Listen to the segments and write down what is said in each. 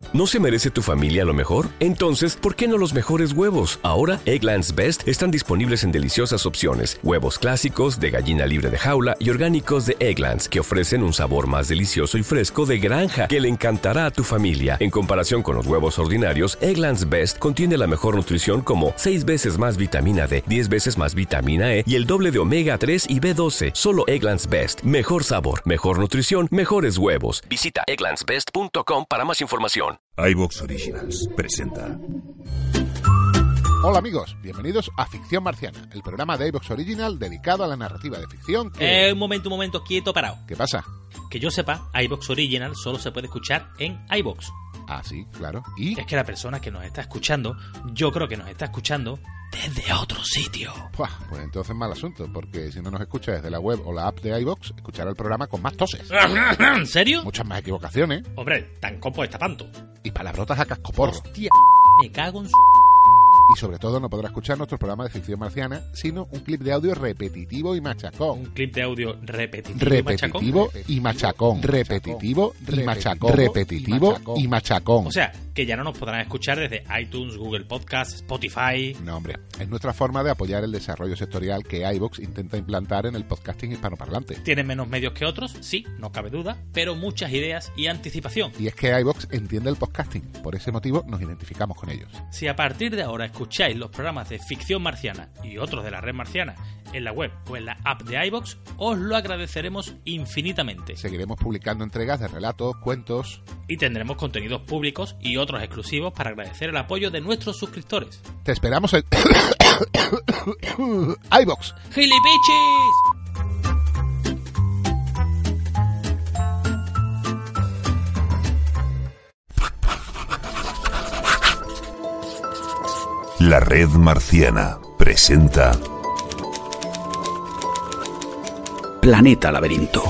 ¿No se merece tu familia lo mejor? Entonces, ¿por qué no los mejores huevos? Ahora, Eggland's Best están disponibles en deliciosas opciones. Huevos clásicos, de gallina libre de jaula y orgánicos de Eggland's, que ofrecen un sabor más delicioso y fresco de granja que le encantará a tu familia. En comparación con los huevos ordinarios, Eggland's Best contiene la mejor nutrición como 6 veces más vitamina D, 10 veces más vitamina E y el doble de omega 3 y B12. Solo Eggland's Best. Mejor sabor, mejor nutrición, mejores huevos. Visita egglandsbest.com para más información. iVox Originals presenta. Hola amigos, bienvenidos a Ficción Marciana, el programa de iVox Original dedicado a la narrativa de ficción que... Un momento, quieto, parado. ¿Qué pasa? Que yo sepa, iVox Original solo se puede escuchar en iVox. Ah, sí, claro. ¿Y? Es que la persona que nos está escuchando, yo creo que nos está escuchando desde otro sitio. Pues entonces mal asunto, porque si no nos escucha desde la web o la app de iVox, escuchará el programa con más toses. ¿En serio? Muchas más equivocaciones. Hombre, tan copo está tanto. Y palabrotas a cascoporro. Hostia, me cago en su... Y sobre todo no podrá escuchar nuestro programa de Ficción Marciana, sino un clip de audio repetitivo y machacón. Un clip de audio repetitivo y machacón. Repetitivo y machacón. Repetitivo y machacón. O sea, que ya no nos podrán escuchar desde iTunes, Google Podcast, Spotify... No, hombre, es nuestra forma de apoyar el desarrollo sectorial que iVox intenta implantar en el podcasting hispanoparlante. ¿Tienen menos medios que otros? Sí, no cabe duda, pero muchas ideas y anticipación. Y es que iVox entiende el podcasting, por ese motivo nos identificamos con ellos. Si a partir de ahora escucháis los programas de Ficción Marciana y otros de la Red Marciana en la web o en la app de iVox, os lo agradeceremos infinitamente. Seguiremos publicando entregas de relatos, cuentos... Y tendremos contenidos públicos y otros exclusivos para agradecer el apoyo de nuestros suscriptores. Te esperamos en... iVox. ¡Gilipichis! La Red Marciana presenta Planeta Laberinto.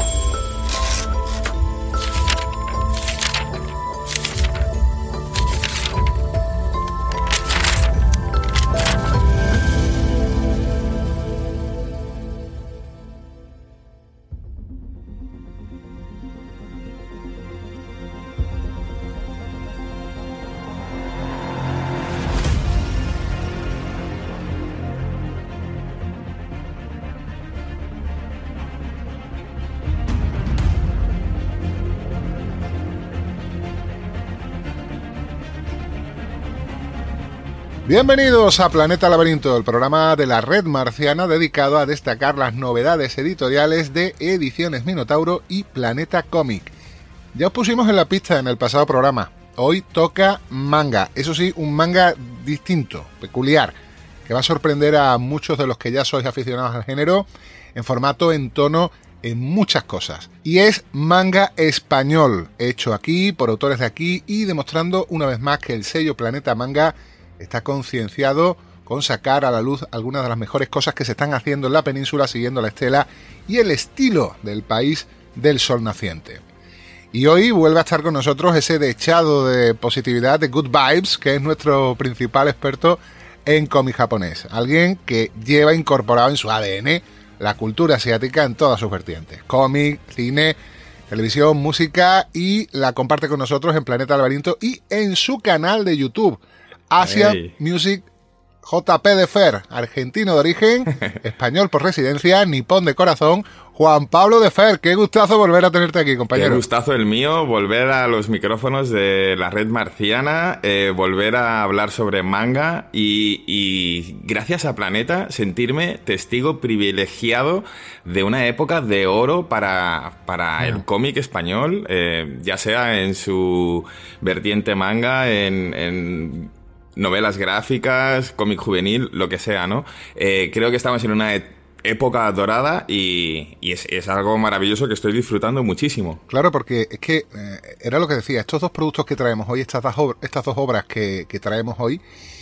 Bienvenidos a Planeta Laberinto, el programa de la Red Marciana dedicado a destacar las novedades editoriales de Ediciones Minotauro y Planeta Cómic. Ya os pusimos en la pista en el pasado programa. Hoy toca manga, eso sí, un manga distinto, peculiar, que va a sorprender a muchos de los que ya sois aficionados al género, en formato, en tono, en muchas cosas. Y es manga español, hecho aquí, por autores de aquí, y demostrando una vez más que el sello Planeta Manga está concienciado con sacar a la luz algunas de las mejores cosas que se están haciendo en la península siguiendo la estela y el estilo del país del sol naciente. Y hoy vuelve a estar con nosotros ese dechado de positividad, de good vibes, que es nuestro principal experto en cómic japonés. Alguien que lleva incorporado en su ADN la cultura asiática en todas sus vertientes. Cómic, cine, televisión, música, y la comparte con nosotros en Planeta Laberinto y en su canal de YouTube. Asian Music JP de Fer, argentino de origen, español por residencia, nipón de corazón, Juan Pablo de Fer. Qué gustazo volver a tenerte aquí, compañero. Qué gustazo el mío, volver a los micrófonos de la Red Marciana, volver a hablar sobre manga y gracias a Planeta sentirme testigo privilegiado de una época de oro para el cómic español, ya sea en su vertiente manga, en novelas gráficas, cómic juvenil, lo que sea, ¿no? Creo que estamos en una época dorada y es algo maravilloso que estoy disfrutando muchísimo. Claro, porque es que era lo que decía, estos dos productos que traemos hoy, estas dos obras que traemos hoy,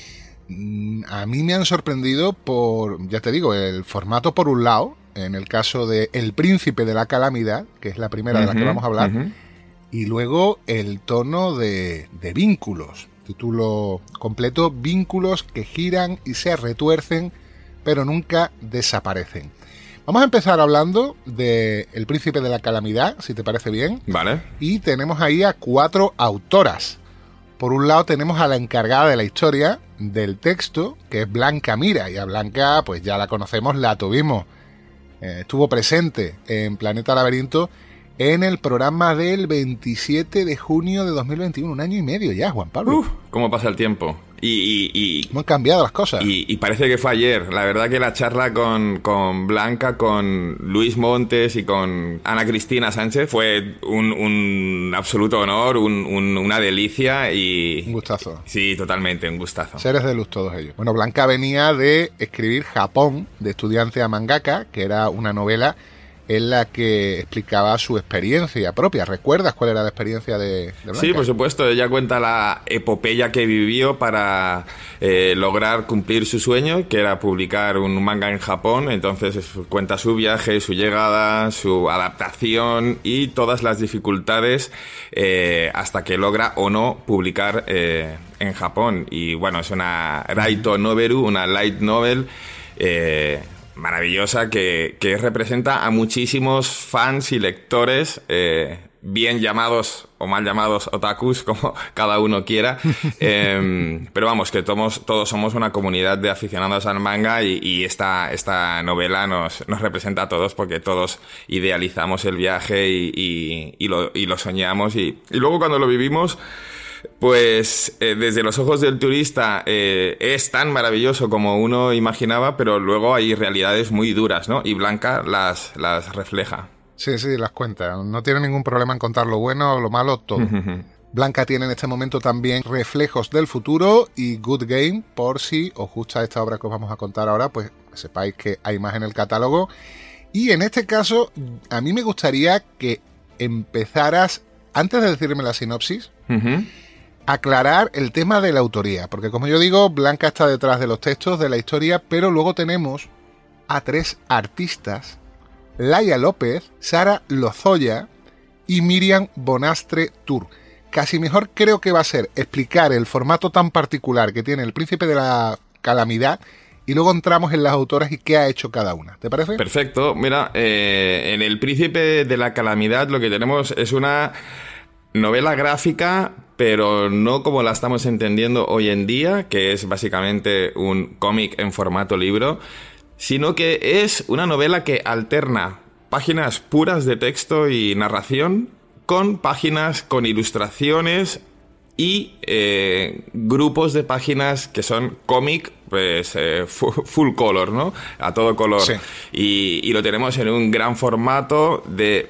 a mí me han sorprendido por, ya te digo, el formato por un lado, en el caso de El Príncipe de la Calamidad, que es la primera de la que vamos a hablar, y luego el tono de vínculos. Título completo: Vínculos que giran y se retuercen, pero nunca desaparecen. Vamos a empezar hablando de El Príncipe de la Calamidad, si te parece bien. Vale. Y tenemos ahí a 4 autoras. Por un lado tenemos a la encargada de la historia, del texto, que es Blanca Mira, y a Blanca pues ya la conocemos, la tuvimos, estuvo presente en Planeta Laberinto en el programa del 27 de junio de 2021, un año y medio ya, Juan Pablo. ¿Cómo pasa el tiempo? Hemos cambiado las cosas. Y parece que fue ayer. La verdad que la charla con Blanca, con Luis Montes y con Ana Cristina Sánchez fue un absoluto honor, una delicia y... Un gustazo. Sí, totalmente, un gustazo. Seres de luz todos ellos. Bueno, Blanca venía de escribir Japón, de estudiante a mangaka, que era una novela en la que explicaba su experiencia propia. ¿Recuerdas cuál era la experiencia de Blanca? Sí, por supuesto. Ella cuenta la epopeya que vivió para lograr cumplir su sueño, que era publicar un manga en Japón. Entonces cuenta su viaje, su llegada, su adaptación y todas las dificultades hasta que logra o no publicar en Japón. Y bueno, es una Raito Noveru, una light novel maravillosa que representa a muchísimos fans y lectores, bien llamados o mal llamados otakus, como cada uno quiera, pero vamos, que todos somos una comunidad de aficionados al manga y esta novela nos representa a todos porque todos idealizamos el viaje y lo soñamos y luego cuando lo vivimos, pues desde los ojos del turista es tan maravilloso como uno imaginaba, pero luego hay realidades muy duras, ¿no? Y Blanca las refleja. Sí, las cuenta. No tiene ningún problema en contar lo bueno o lo malo, todo. Blanca tiene en este momento también Reflejos del Futuro y Good Game, por si os gusta esta obra que os vamos a contar ahora, pues sepáis que hay más en el catálogo. Y en este caso, a mí me gustaría que empezaras, antes de decirme la sinopsis, aclarar el tema de la autoría, porque como yo digo, Blanca está detrás de los textos, de la historia, pero luego tenemos a 3 artistas, Laia López, Sara Lozoya y Miriam Bonastre Tour. Casi mejor creo que va a ser explicar el formato tan particular que tiene El Príncipe de la Calamidad y luego entramos en las autoras y qué ha hecho cada una. ¿Te parece? Perfecto. Mira, en El Príncipe de la Calamidad lo que tenemos es una novela gráfica, pero no como la estamos entendiendo hoy en día, que es básicamente un cómic en formato libro, sino que es una novela que alterna páginas puras de texto y narración con páginas con ilustraciones y grupos de páginas que son cómic, pues full color, ¿no? A todo color. Sí. Y lo tenemos en un gran formato de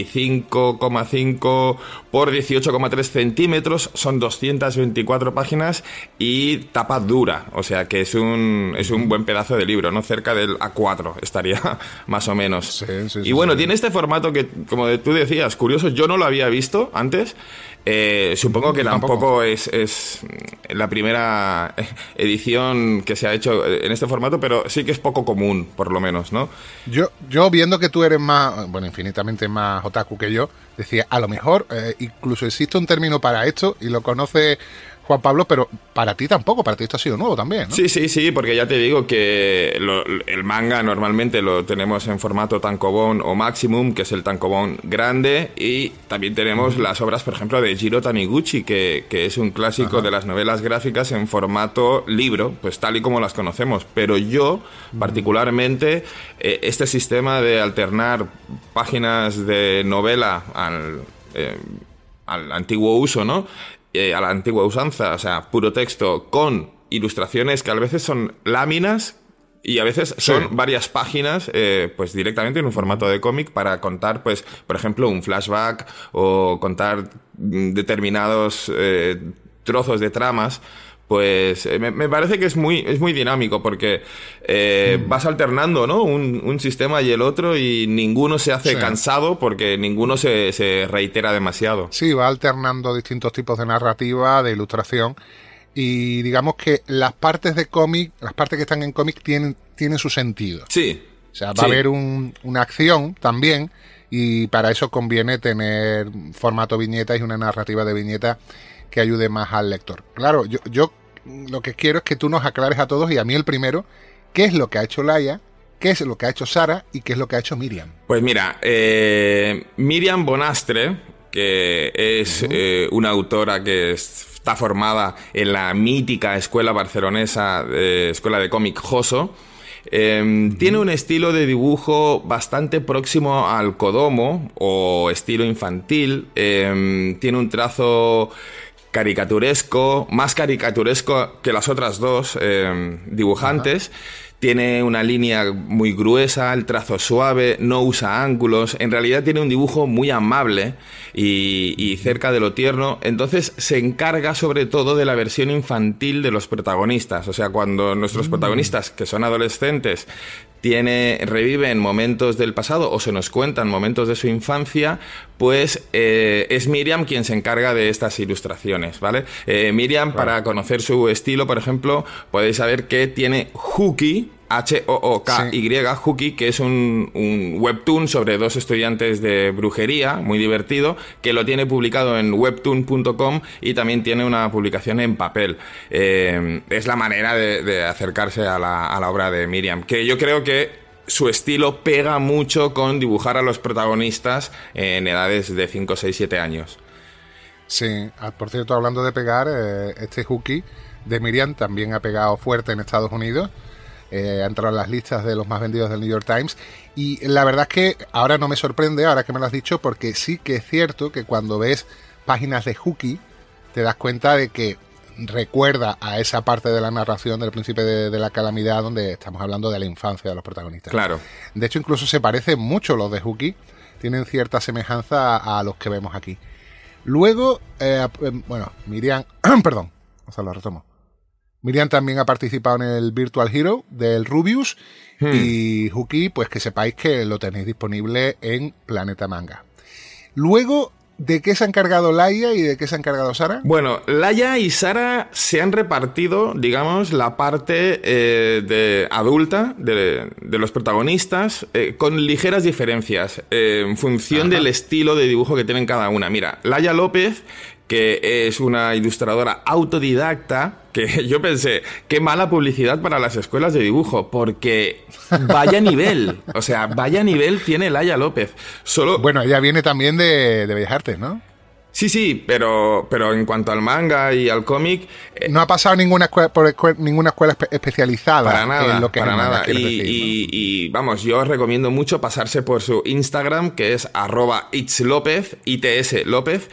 25,5 por 18,3 centímetros. Son 224 páginas y tapa dura. O sea que es un buen pedazo de libro, ¿no? Cerca del A4 estaría más o menos. Sí, y bueno, tiene este formato que, como tú decías, curioso. Yo no lo había visto antes. Supongo que tampoco es la primera edición que se ha hecho en este formato, pero sí que es poco común, por lo menos, ¿no? Yo viendo que tú eres más, bueno, infinitamente más otaku que yo, decía, a lo mejor incluso existe un término para esto y lo conoce Juan Pablo, pero para ti tampoco, para ti esto ha sido nuevo también, ¿no? Sí, porque ya te digo que el manga normalmente lo tenemos en formato tankobon o maximum, que es el tankobon grande, y también tenemos las obras, por ejemplo, de Jiro Taniguchi, que es un clásico de las novelas gráficas en formato libro, pues tal y como las conocemos. Pero yo, particularmente, este sistema de alternar páginas de novela al antiguo uso, ¿no? A la antigua usanza, o sea, puro texto con ilustraciones que a veces son láminas y a veces son varias páginas, pues directamente en un formato de cómic para contar, pues, por ejemplo, un flashback o contar determinados trozos de tramas. Pues me parece que es muy dinámico porque vas alternando, ¿no? Un sistema y el otro y ninguno se hace cansado porque ninguno se reitera demasiado. Sí, va alternando distintos tipos de narrativa, de ilustración y digamos que las partes de cómic, las partes que están en cómic tienen su sentido. Sí. O sea, va a haber una acción también y para eso conviene tener formato viñeta y una narrativa de viñeta que ayude más al lector. Claro, yo lo que quiero es que tú nos aclares a todos y a mí el primero, qué es lo que ha hecho Laia, qué es lo que ha hecho Sara y qué es lo que ha hecho Miriam. Pues mira, Miriam Bonastre, que es una autora que está formada en la mítica escuela barcelonesa, escuela de cómic Joso. Tiene un estilo de dibujo bastante próximo al Kodomo o estilo infantil. Tiene un trazo caricaturesco, más caricaturesco que las otras dos dibujantes. Tiene una línea muy gruesa, el trazo suave, no usa ángulos. En realidad tiene un dibujo muy amable y cerca de lo tierno. Entonces se encarga sobre todo de la versión infantil de los protagonistas. O sea, cuando nuestros protagonistas, que son adolescentes, reviven momentos del pasado o se nos cuentan momentos de su infancia, pues es Miriam quien se encarga de estas ilustraciones, ¿vale? Miriam, para conocer su estilo, por ejemplo, podéis saber que tiene Hooky, H-O-O-K-Y, sí. Hooky, que es un webtoon sobre dos estudiantes de brujería, muy divertido, que lo tiene publicado en webtoon.com y también tiene una publicación en papel. Es la manera de acercarse a la obra de Miriam, que yo creo que su estilo pega mucho con dibujar a los protagonistas en edades de 5, 6, 7 años. Sí, por cierto, hablando de pegar, este Hooky de Miriam también ha pegado fuerte en Estados Unidos. Ha entrado en las listas de los más vendidos del New York Times, y la verdad es que ahora no me sorprende, ahora que me lo has dicho, porque sí que es cierto que cuando ves páginas de Hooky te das cuenta de que recuerda a esa parte de la narración del Príncipe de la Calamidad, donde estamos hablando de la infancia de los protagonistas. Claro. De hecho, incluso se parecen mucho los de Hooky, tienen cierta semejanza a los que vemos aquí. Luego, Miriam, perdón, o sea, lo retomo. Miriam también ha participado en el Virtual Hero del Rubius y Hooky, pues que sepáis que lo tenéis disponible en Planeta Manga. Luego, ¿de qué se ha encargado Laia y de qué se ha encargado Sara? Bueno, Laia y Sara se han repartido, digamos, la parte adulta de los protagonistas con ligeras diferencias en función del estilo de dibujo que tienen cada una. Mira, Laia López, que es una ilustradora autodidacta, que yo pensé, qué mala publicidad para las escuelas de dibujo, porque vaya nivel, o sea, vaya nivel tiene Laia López. Bueno, ella viene también de Bellas Artes, ¿no? Sí, pero en cuanto al manga y al cómic... no ha pasado ninguna escuela especializada para nada, en lo que para es el manga, nada. Y vamos, yo os recomiendo mucho pasarse por su Instagram, que es @itslopez, ITS López.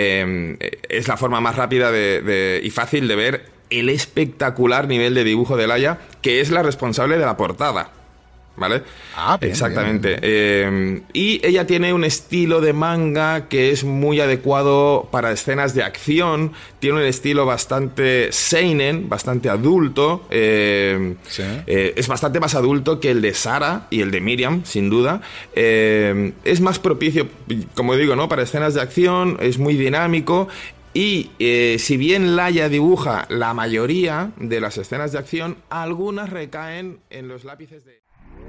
Es la forma más rápida y fácil de ver el espectacular nivel de dibujo de Laia, que es la responsable de la portada. ¿Vale? Bien, exactamente. Bien. Y ella tiene un estilo de manga que es muy adecuado para escenas de acción. Tiene un estilo bastante seinen, bastante adulto. Sí. Es bastante más adulto que el de Sara y el de Miriam, sin duda. Es más propicio, como digo, ¿no?, para escenas de acción. Es muy dinámico. Y si bien Laia dibuja la mayoría de las escenas de acción, algunas recaen en los lápices de...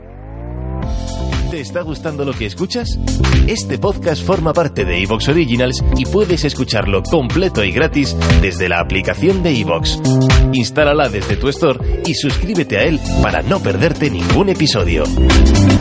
¿Te está gustando lo que escuchas? Este podcast forma parte de iVoox Originals y puedes escucharlo completo y gratis desde la aplicación de iVoox. Instálala desde tu store y suscríbete a él para no perderte ningún episodio.